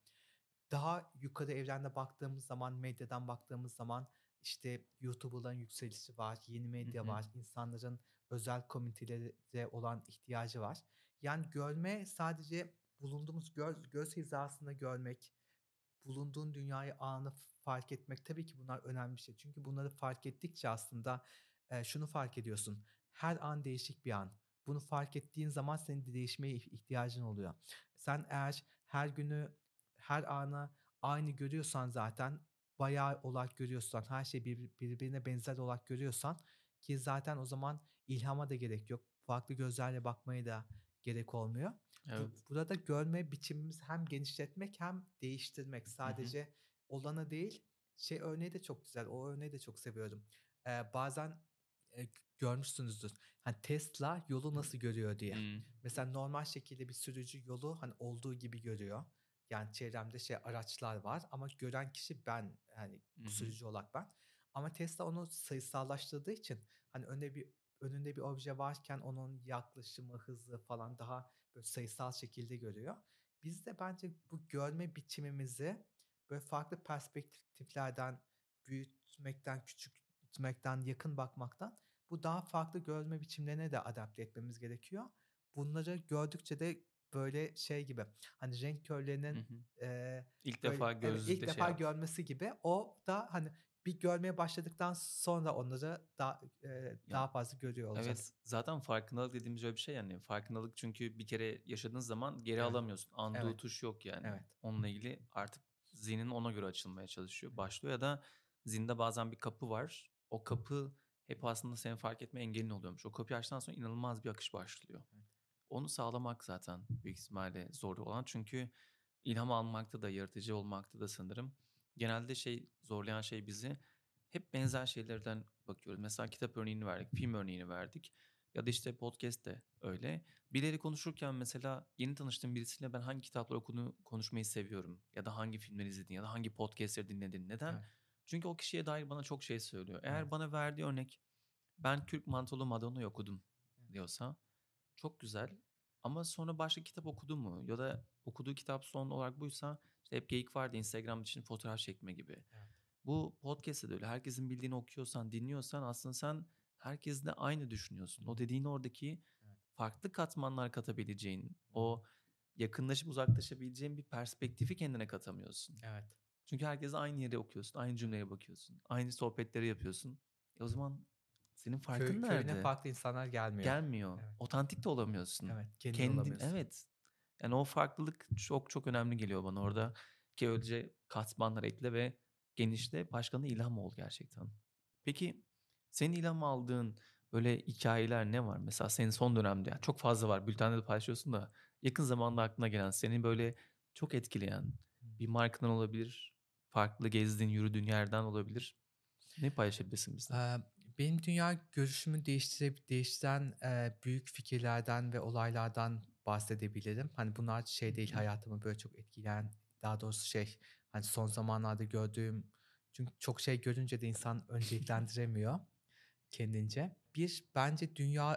Daha yukarı evrende baktığımız zaman, medyadan baktığımız zaman işte YouTuber'ların yükselişi var, yeni Hı medya hı. var, insanların özel komünitelere olan ihtiyacı var. Yani görme sadece bulunduğumuz göz, göz hizasında görmek, bulunduğun dünyayı, anı fark etmek, tabii ki bunlar önemli bir şey. Çünkü bunları fark ettikçe aslında e, şunu fark ediyorsun. Her an değişik bir an. Bunu fark ettiğin zaman senin de değişmeye ih- ihtiyacın oluyor. Sen eğer her günü, her anı aynı görüyorsan, zaten bayağı olarak görüyorsan, her şey bir- birbirine benzer olarak görüyorsan, ki zaten o zaman ilhama da gerek yok. Farklı gözlerle bakmaya da gerek olmuyor. Bu, Evet. burada görme biçimimizi hem genişletmek hem değiştirmek. Hı hı. Sadece olana değil. Şey örneği de çok güzel. O örneği de çok seviyorum. Ee, bazen e, görmüşsünüzdür. Hani Tesla yolu nasıl görüyor diye. Hımm. Mesela normal şekilde bir sürücü yolu hani olduğu gibi görüyor. Yani çevremde şey araçlar var ama gören kişi ben, hani Hı hı. sürücü olarak ben. Ama Tesla onu sayısallaştırdığı için hani önünde bir önünde bir obje varken onun yaklaşımı, hızı falan daha böyle sayısal şekilde görüyor. Biz de bence bu görme biçimimizi böyle farklı perspektiflerden, büyütmekten, küçültmekten, yakın bakmaktan bu daha farklı görme biçimlerine de adapte etmemiz gerekiyor. Bunları gördükçe de böyle şey gibi, hani renk Hı körlerinin hı. eee, İlk böyle defa evet ilk gözlükle şey defa yap. görmesi gibi, o da hani bir görmeye başladıktan sonra onları daha eee, Ya, daha fazla görüyor olacak. evet, zaten farkındalık dediğimiz öyle bir şey yani. Farkındalık çünkü bir kere yaşadığın zaman geri Evet, alamıyorsun. Undo evet, tuş yok yani. evet. Onunla ilgili artık zihnin ona göre açılmaya çalışıyor, Evet. başlıyor ya da zihinde bazen bir kapı var. O kapı hep aslında senin fark etme engelin oluyormuş. O kapıyı açtıktan sonra inanılmaz bir akış başlıyor. Evet. Onu sağlamak zaten büyük ihtimalle zor olan. Çünkü ilham almakta da, yaratıcı olmakta da sanırım genelde şey zorlayan şey bizi hep benzer şeylerden bakıyoruz. Mesela kitap örneğini verdik, film örneğini verdik ya da işte podcast de öyle. Birileri konuşurken mesela yeni tanıştığım birisiyle ben hangi kitapları okuduğunu konuşmayı seviyorum ya da hangi filmleri izledin ya da hangi podcastleri dinledin. Neden? Evet. Çünkü o kişiye dair bana çok şey söylüyor. Evet. Eğer bana verdiği örnek ben Kürk Mantolu Madonna'yı okudum Evet. diyorsa çok güzel. Ama sonra başka kitap okudu mu? Ya da okuduğu kitap son olarak buysa işte hep geyik vardı Instagram için fotoğraf çekme gibi. Evet. Bu podcast'te de öyle. Herkesin bildiğini okuyorsan, dinliyorsan aslında sen herkesle aynı Hı düşünüyorsun. O hı. dediğin oradaki Evet. farklı katmanlar katabileceğin, Hı hı. o yakınlaşıp uzaklaşabileceğin bir perspektifi kendine katamıyorsun. Evet. Çünkü herkese aynı yere okuyorsun, aynı Evet. cümleye bakıyorsun, aynı sohbetleri yapıyorsun. E o zaman senin Köy, farkın köyüne nerede? farklı insanlar gelmiyor. Gelmiyor. Evet. Otantik de olamıyorsun. Evet. Kendin Kendin olamıyorsun. evet. Yani o farklılık çok çok önemli geliyor bana orada. Ki öylece katmanlar ekle ve genişle. Başka da ilham ol gerçekten. Peki senin ilham aldığın böyle hikayeler ne var? Mesela senin son dönemde yani çok fazla var. Bültende de paylaşıyorsun da yakın zamanda aklına gelen, seni böyle çok etkileyen Hı. bir markadan olabilir, farklı gezdiğin, yürüdüğün yerden olabilir. Ne paylaşabilirsin bizle? Eee, benim dünya görüşümü değiştire, değiştiren eee, büyük fikirlerden ve olaylardan bahsedebilirim. Hani bunlar Hı şey değil, hı. hayatımı böyle çok etkileyen, daha doğrusu şey, hani son zamanlarda gördüğüm, çünkü çok şey görünce de insan önceliklendiremiyor kendince. Bir, bence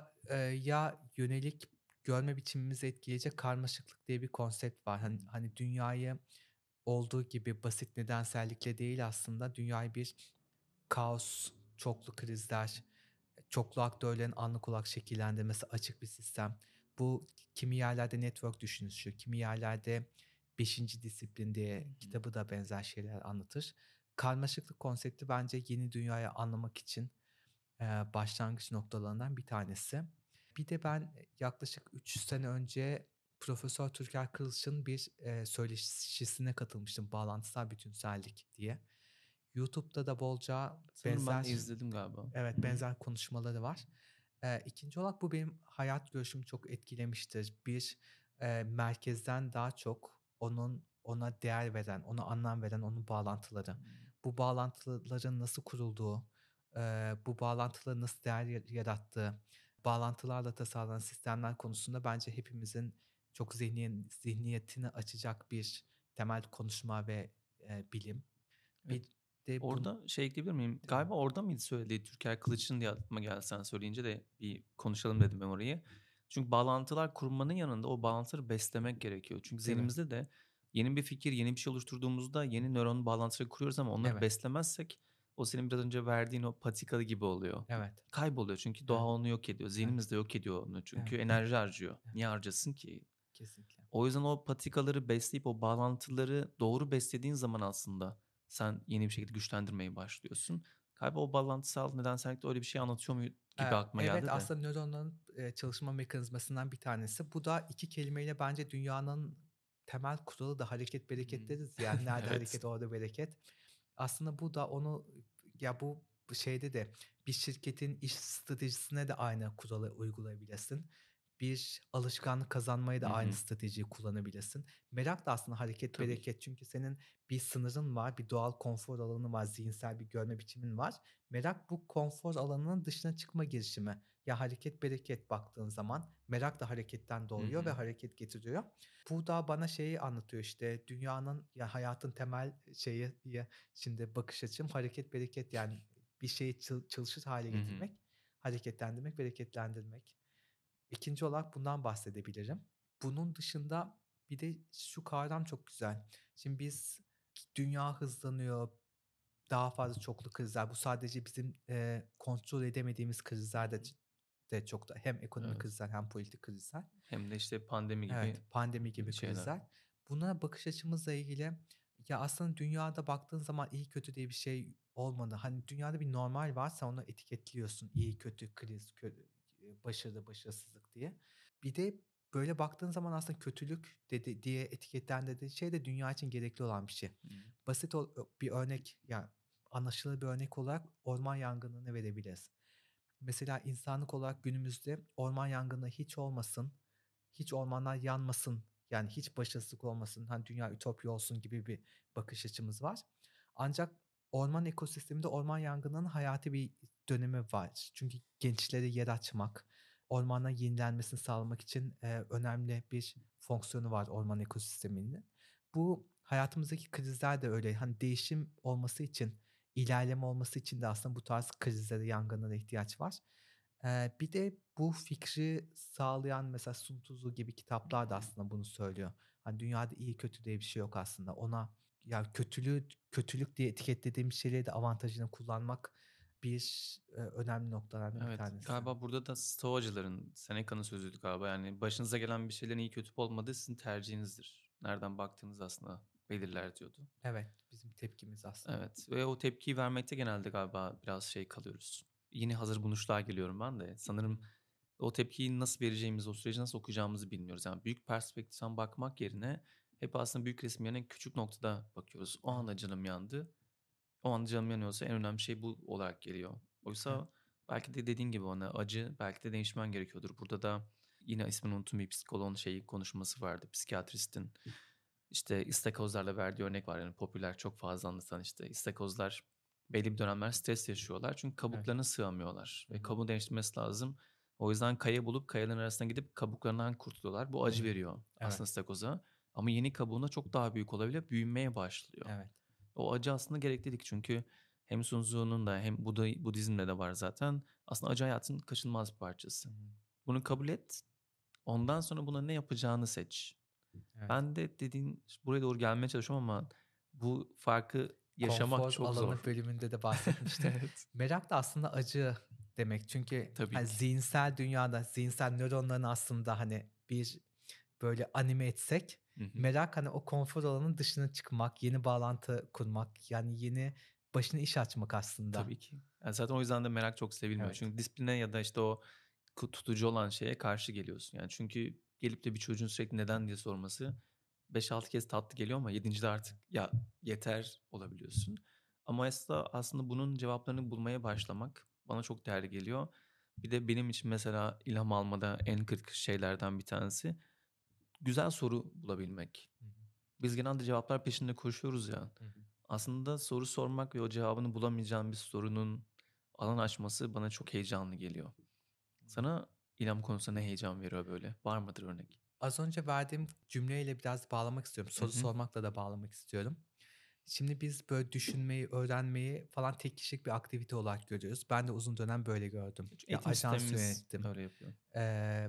dünyaya yönelik görme biçimimizi etkileyecek karmaşıklık diye bir konsept var. Hani, hani dünyayı olduğu gibi basit nedensellikle değil, aslında dünyayı bir kaos, çoklu krizler, çoklu aktörlerin anlık olarak şekillendirmesi, açık bir sistem. Bu kimi yerlerde network düşünüşü, kimi yerlerde beşinci disiplin diye Hı hı. kitabı da benzer şeyler anlatır. Karmaşıklık konsepti bence yeni dünyayı anlamak için e, başlangıç noktalarından bir tanesi. Bir de ben yaklaşık üç sene önce Profesör Türker Kılıç'ın bir e, söyleşisine katılmıştım. Bağlantısal bütünsellik diye. YouTube'da da bolca Sanırım ben de benzer izledim galiba. evet benzer konuşmaları var. Ee, ikinci olarak bu benim hayat görüşümü çok etkilemiştir. Bir e, merkezden daha çok onun ona değer veren, ona anlam veren onun bağlantıları. Hmm. Bu bağlantıların nasıl kurulduğu, e, bu bağlantıların nasıl değer ya- yarattığı, bağlantılarla tasarlanan sistemler konusunda bence hepimizin çok zihni, zihniyetini açacak bir temel konuşma ve e, bilim. Evet. Bir de bu Orada şey ekleyebilir miyim? tabii. Galiba orada mıydı söylediği Türker Kılıç'ın diye aklıma geldi sen söyleyince de bir konuşalım dedim ben orayı. Çünkü bağlantılar kurmanın yanında o bağlantıları beslemek gerekiyor. Çünkü Tabii. zihnimizde de yeni bir fikir, yeni bir şey oluşturduğumuzda yeni nöron bağlantıları kuruyoruz ama onları Evet. beslemezsek o senin biraz önce verdiğin o patikalı gibi oluyor. Evet. Kayboluyor çünkü doğa Evet. onu yok ediyor. Evet. Zihnimiz de yok ediyor onu çünkü Evet. enerji harcıyor. Evet. Niye harcasın ki? Kesinlikle. O yüzden o patikaları besleyip o bağlantıları doğru beslediğin zaman aslında sen yeni bir şekilde güçlendirmeye başlıyorsun. Galiba o bağlantısal nedensellikle öyle bir şey anlatıyor mu gibi Eee, aklıma evet, geldi de. aslında nöronların, eee, çalışma mekanizmasından bir tanesi. Bu da iki kelimeyle bence dünyanın temel kuralı da hareket bereket Hımm. deriz ya. Nerede Evet. hareket orada bereket. Aslında bu da onu ya bu şeyde de bir şirketin iş stratejisine de aynı kuralı uygulayabilirsin. Bir alışkanlık kazanmaya da Hı aynı hı. stratejiyi kullanabilirsin. Merak da aslında hareket Tabii ki. bereket çünkü senin bir sınırın var, bir doğal konfor alanı var, zihinsel bir görme biçimin var. Merak bu konfor alanının dışına çıkma girişimi. Ya hareket bereket baktığın zaman merak da hareketten Hı doğuyor ve hı. hareket getiriyor. Bu da bana şeyi anlatıyor işte dünyanın ya hayatın temel şeyi ya şimdi bakış açım hareket bereket yani bir şeyi çıl- çalışır hale Hı hı. getirmek, hareketlendirmek, bereketlendirmek. İkinci olarak bundan bahsedebilirim. Bunun dışında bir de şu kavram çok güzel. Şimdi biz dünya hızlanıyor, daha fazla çoklu krizler. Bu sadece bizim e, kontrol edemediğimiz Hı krizler de, hı. de çok da hem ekonomik Evet. krizler hem politik krizler. Hem de işte pandemi Evet, gibi pandemi gibi şeyler. krizler. Buna bakış açımızla ilgili ya aslında dünyada baktığın zaman iyi kötü diye bir şey olmadı. Hani dünyada bir normal varsa onu etiketliyorsun. İyi kötü kriz, kötü, başarı, başarısızlık diye. Bir de böyle baktığın zaman aslında kötülük dedi, diye etiketlendirdiği şey de dünya için gerekli olan bir şey. Hı hı. Basit ol- bir örnek yani anlaşılır bir örnek olarak orman yangınını verebiliriz. Mesela insanlık olarak günümüzde orman yangını hiç olmasın, hiç ormanlar yanmasın, yani hiç başarısızlık olmasın, hani dünya ütopya olsun gibi bir bakış açımız var. Ancak orman ekosisteminde orman yangınının hayati bir dönemi var. Çünkü gençlere yer açmak, ormanların yenilenmesini sağlamak için e, önemli bir fonksiyonu var orman ekosisteminin. Bu hayatımızdaki krizler de öyle. Hani değişim olması için, ilerleme olması için de aslında bu tarz krizlere, yangınlara ihtiyaç var. Eee, bir de bu fikri sağlayan mesela Sun Tzu gibi kitaplar da aslında bunu söylüyor. Hani dünyada iyi kötü diye bir şey yok aslında. Ona ya kötülüğü kötülük diye etiketlediğim şeyleri de avantajını kullanmak bir e, önemli noktalardan bir Evet, tanesi. galiba burada da Stoacıların, Seneca'nın sözüydü galiba. Yani başınıza gelen bir şeylerin iyi kötü olmadığı sizin tercihinizdir. Nereden baktığınız aslında belirler diyordu. Evet, bizim tepkimiz aslında. Evet ve o tepkiyi vermekte genelde galiba biraz şey kalıyoruz. Yine hazır buluşluğa geliyorum ben de. Sanırım o tepkiyi nasıl vereceğimizi, o süreci nasıl okuyacağımızı bilmiyoruz. Yani büyük perspektiften bakmak yerine hep aslında büyük resim yerine küçük noktada bakıyoruz. O Evet, anda canım yandı. O anda canım yanıyorsa en önemli şey bu olarak geliyor. evet, Oysa belki de dediğin gibi ona acı, belki de değişmen gerekiyordur. Burada da yine ismini unuttum bir psikoloğun şeyi konuşması vardı. Psikiyatristin işte istakozlarla verdiği örnek var. Yani popüler çok fazla anlatan işte istakozlar belli bir dönemler stres yaşıyorlar. Çünkü evet. kabuklarına sığamıyorlar. Hı Ve hı, kabuğu değiştirmesi lazım. O yüzden kaya bulup kayaların arasına gidip kabuklarından kurtuluyorlar. Bu hı acı hı. veriyor Evet, aslında istakoza. Ama yeni kabuğunda çok daha büyük olabiliyor. Büyümeye başlıyor. evet. O acı aslında gereklilik çünkü hem Sun Tzu'nun da hem Buda, Budizm'de de var zaten. Aslında acı hayatın kaçınılmaz bir Hı parçası. hı, Bunu kabul et. Ondan sonra buna ne yapacağını seç. evet. Ben de dediğin buraya doğru gelmeye çalışıyorum ama bu farkı yaşamak Konfor çok alanı zor. bölümünde de bahsetmiştim. Evet. Merak da aslında acı demek. Çünkü Tabii hani ki. zihinsel dünyada zihinsel nöronların aslında hani bir böyle anime etsek Hı hı. merak hani o konfor alanının dışına çıkmak, yeni bağlantı kurmak, yani yeni başına iş açmak aslında. Tabii ki. Ya, zaten o yüzden de merak çok sevilmiyor. Evet. Çünkü disipline ya da, işte, o ku tutucu olan şeye karşı geliyorsun. Yani, çünkü gelip de bir çocuğun sürekli "Neden?" diye sorması beş altı kez tatlı geliyor ama yedincide artık "Ya, yeter!" olabiliyorsun. Ama aslında aslında bunun cevaplarını bulmaya başlamak bana çok değerli geliyor. Bir de benim için mesela ilham almada en kritik şeylerden bir tanesi güzel soru bulabilmek. Hı hı. Biz genelde cevaplar peşinde koşuyoruz ya. Hı hı. Aslında soru sormak ve o cevabını bulamayacağın bir sorunun alan açması bana çok heyecanlı geliyor. Sana ilham konusunda ne heyecan veriyor böyle? Var mıdır örnek? Az önce verdiğim cümleyle biraz bağlamak istiyorum. Hı Soru hı. sormakla da bağlamak istiyorum. Şimdi biz böyle düşünmeyi, öğrenmeyi falan tek kişilik bir aktivite olarak görüyoruz. Ben de uzun dönem böyle gördüm. Çünkü Ya eğitim ajans sistemimiz yönettim. öyle yapıyor. Eee,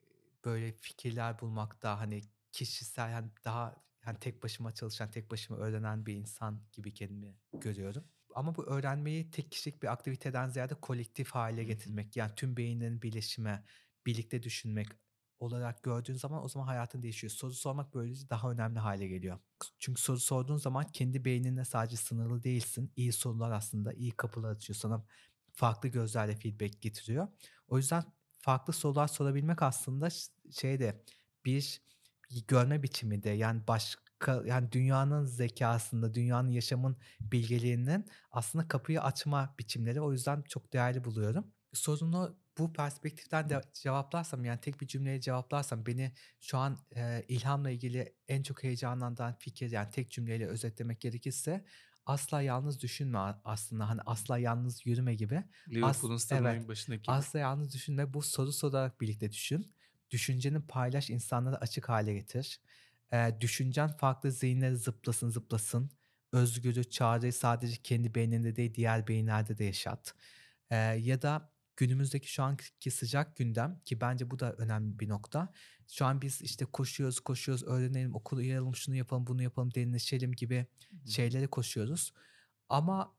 böyle fikirler bulmakta hani kişisel hani daha hani tek başıma çalışan, tek başıma öğrenen bir insan gibi kendimi görüyorum. Ama bu öğrenmeyi tek kişilik bir aktiviteden ziyade kolektif hale Hı hı. getirmek, yani tüm beyinlerin birleşimi, birlikte düşünmek olarak gördüğün zaman o zaman hayatın değişiyor. Soru sormak böylece daha önemli hale geliyor. Çünkü soru sorduğun zaman kendi beyninle sadece sınırlı değilsin. İyi sorular aslında iyi kapılar açıyor. Sana farklı gözlerle feedback getiriyor. O yüzden farklı sorular sorabilmek aslında ş şeyde bir görme biçimi de yani başka yani dünyanın zekâsında, dünyanın yaşamın bilgeliğinin aslında kapıyı açma biçimleri. O yüzden çok değerli buluyorum. Sorunu bu perspektiften de cevaplarsam yani tek bir cümleyle cevaplarsam beni şu an, eee, ilhamla ilgili en çok heyecanlandıran fikir yani tek cümleyle özetlemek gerekirse asla yalnız düşünme a aslında. Hani asla yalnız yürüme gibi. As Liverpool'un stadının evet. oyun başındaki gibi. Asla yalnız düşünme. Bu soru sorarak birlikte düşün. Düşünceni paylaş, insanlara açık hale getir. Eee, düşüncen farklı zihinlere zıplasın zıplasın. Özgürü, çağrıyı sadece kendi beyninde değil diğer beyinlerde de yaşat. Eee, ya da günümüzdeki şu anki sıcak gündem ki bence bu da önemli bir nokta. Şu an biz işte koşuyoruz, koşuyoruz, öğrenelim, okulu uyaralım, şunu yapalım, bunu yapalım, derinleşelim gibi Hı hı. şeylere koşuyoruz. Ama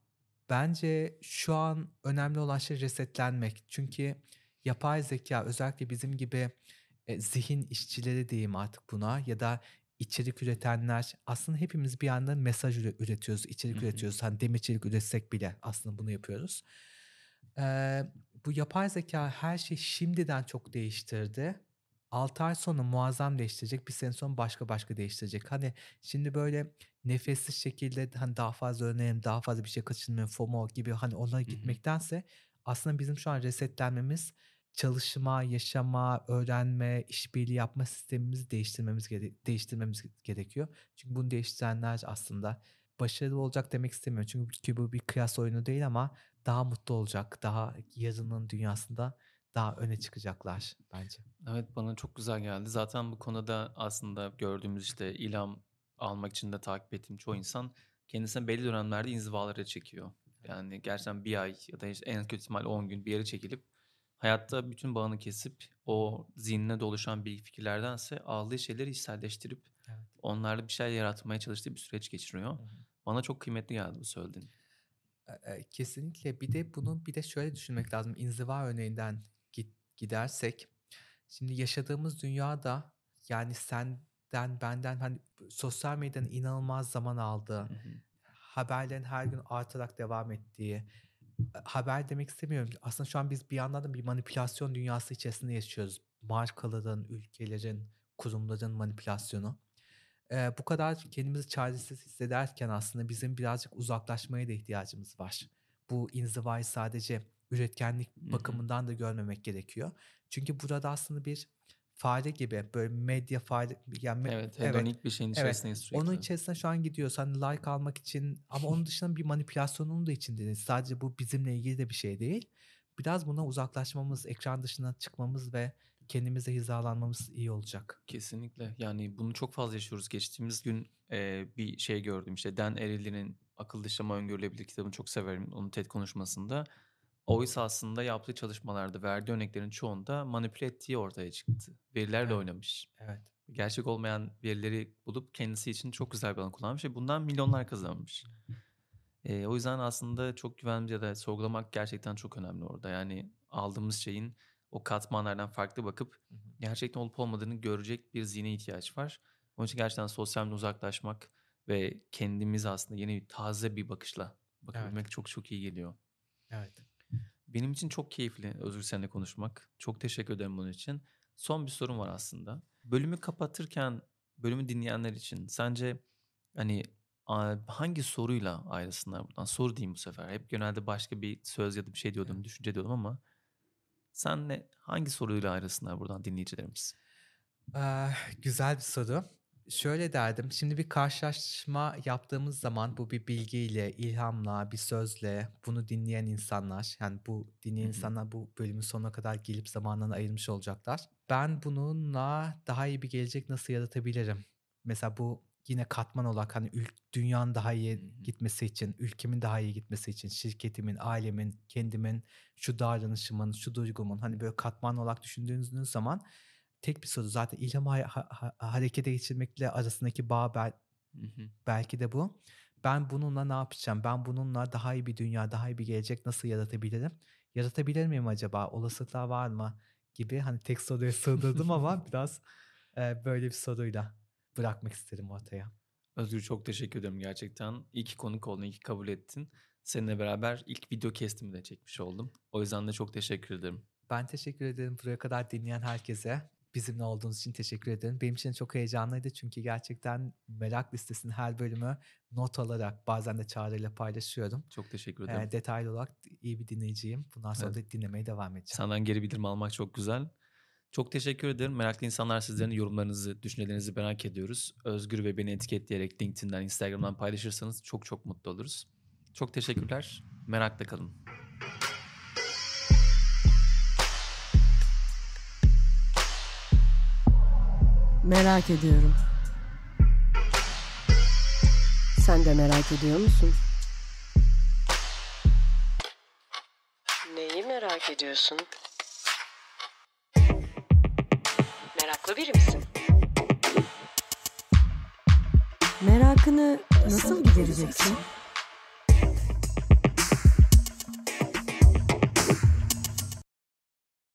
bence şu an önemli olan şey resetlenmek. Çünkü yapay zeka özellikle bizim gibi, eee, zihin işçileri diyeyim artık buna ya da içerik üretenler aslında hepimiz bir yandan mesaj üre üretiyoruz, Hı içerik hı. üretiyoruz. Hani demir çelik üretsek bile aslında bunu yapıyoruz. Eee, bu yapay zeka her şeyi şimdiden çok değiştirdi. altı ay sonra muazzam değiştirecek, bir sene sonra başka başka değiştirecek. Hani şimdi böyle nefessiz şekilde hani daha fazla öğrenelim, daha fazla bir şey kaçırmayalım, FOMO gibi hani ona Hı hı. gitmektense aslında bizim şu an resetlenmemiz, çalışma, yaşama, öğrenme, işbirliği yapma sistemimizi değiştirmemiz gere değiştirmemiz gerekiyor. Çünkü bunu değiştirenler aslında başarılı olacak demek istemiyorum. Çünkü bu bir kıyas oyunu değil ama daha mutlu olacak, daha yarının dünyasında daha öne çıkacaklar bence. Evet, bana çok güzel geldi. Zaten bu konuda aslında gördüğümüz, işte, ilham almak için de takip ettiğim çoğu insan kendisine belli dönemlerde inzivalara çekiyor. Yani gerçekten bir ay ya da, işte, en kötü ihtimal on gün bir yere çekilip hayatta bütün bağını kesip o zihnine doluşan bilgi fikirlerdense aldığı şeyleri içselleştirip Evet. onlarla bir şeyler yaratmaya çalıştığı bir süreç geçiriyor. Hı hı. Bana çok kıymetli geldi bu söylediğin. E eee, kesinlikle. Bir de bunu bir de şöyle düşünmek lazım. İnziva örneğinden git gidersek, şimdi yaşadığımız dünyada, yani senden, benden, hani, sosyal medyanın inanılmaz zaman aldığı, Hı hı. haberlerin her gün artarak devam ettiği, e haber demek istemiyorum. Aslında şu an biz bir yandan da bir manipülasyon dünyası içerisinde yaşıyoruz. Markaların, ülkelerin, kurumların manipülasyonu. Eee, bu kadar kendimizi çaresiz hissederken aslında bizim birazcık uzaklaşmaya da ihtiyacımız var. Bu inzivayı sadece üretkenlik Hı hı. bakımından da görmemek gerekiyor. Çünkü burada aslında bir fare gibi böyle medya fare yani me Evet, evet, hedonik bir şeyin evet. içerisindeyiz Onun sürekli. içerisine şu an gidiyoruz. Hani like almak için ama onun dışında bir manipülasyonun da içindeyiz. Sadece bu bizimle ilgili de bir şey değil. Biraz buna uzaklaşmamız, ekran dışına çıkmamız ve kendimize hizalanmamız iyi olacak. Kesinlikle. Yani bunu çok fazla yaşıyoruz. Geçtiğimiz gün, eee, bir şey gördüm, işte, Dan Ariely'nin Akıl Dışı ama Öngörülebilir kitabını çok severim, onun TED konuşmasında. Oysa aslında yaptığı çalışmalarda verdiği örneklerin çoğunda manipüle ettiği ortaya çıktı. Verilerle Evet, oynamış. evet. Gerçek olmayan verileri bulup kendisi için çok güzel bir alan kullanmış ve bundan milyonlar kazanmış. Eee, o yüzden aslında çok güvenli ya da sorgulamak gerçekten çok önemli orada. Yani aldığımız şeyin o katmanlardan farklı bakıp Hı hı. gerçekten olup olmadığını görecek bir zihne ihtiyaç var. Onun için gerçekten sosyal medyadan uzaklaşmak ve kendimize aslında yeni taze bir bakışla Evet, bakabilmek çok çok iyi geliyor. evet. Benim için çok keyifli Özgür seninle konuşmak. Çok teşekkür ederim bunun için. Son bir sorum var aslında. Bölümü kapatırken bölümü dinleyenler için sence hani a- hangi soruyla ayrılsınlar buradan? Soru diyeyim bu sefer. Hep genelde başka bir söz ya da bir şey Evet. diyordum, düşünce diyordum ama senle hangi soruyla ayrılsınlar buradan dinleyicilerimiz? Eee, güzel bir soru. Şöyle derdim, şimdi bir karşılaşma yaptığımız zaman bu bir bilgiyle, ilhamla, bir sözle, bunu dinleyen insanlar, yani bu Hı dinleyen hı. insanlar bu bölümün sonuna kadar gelip zamanlarını ayırmış olacaklar. Ben bununla daha iyi bir gelecek nasıl yaratabilirim? Mesela bu yine katman olarak hani ül- dünyanın daha Hı iyi hı. gitmesi için, ülkemin daha iyi gitmesi için, şirketimin, ailemin, kendimin, şu davranışımın, şu duygumun hani böyle katman olarak düşündüğünüz zaman tek bir soru zaten ilhamı ha ha ha harekete geçirmekle arasındaki bağ bel Hı hı. belki de bu. Ben bununla ne yapacağım? Ben bununla daha iyi bir dünya, daha iyi bir gelecek nasıl yaratabilirim? Yaratabilir miyim acaba? Olasılıklar var mı? Gibi hani tek soruya sığdırdım ama biraz, eee, böyle bir soruyla bırakmak istedim ortaya. Özgür çok teşekkür ederim gerçekten. İyi ki konuk oldun, iyi ki kabul ettin. Seninle beraber ilk video kestimi de çekmiş oldum. O yüzden de çok teşekkür ederim. Ben teşekkür ederim buraya kadar dinleyen herkese. Bizimle olduğunuz için teşekkür ederim. Benim için çok heyecanlıydı çünkü gerçekten merak listesinin her bölümü not alarak bazen de Çağrı ile paylaşıyorum. Çok teşekkür ederim. Eee, detaylı olarak iyi bir dinleyiciyim. Bundan sonra Evet. da dinlemeye devam edeceğim. Senden geri bildirim almak çok güzel. Çok teşekkür ederim. Meraklı insanlar sizlerin de yorumlarınızı, düşüncelerinizi merak ediyoruz. Özgür ve beni etiketleyerek LinkedIn'den, Instagram'dan paylaşırsanız çok çok mutlu oluruz. Çok teşekkürler. Merakla kalın. Merak ediyorum. Sen de merak ediyor musun? Neyi merak ediyorsun? Meraklı biri misin? Merakını nasıl gidereceksin?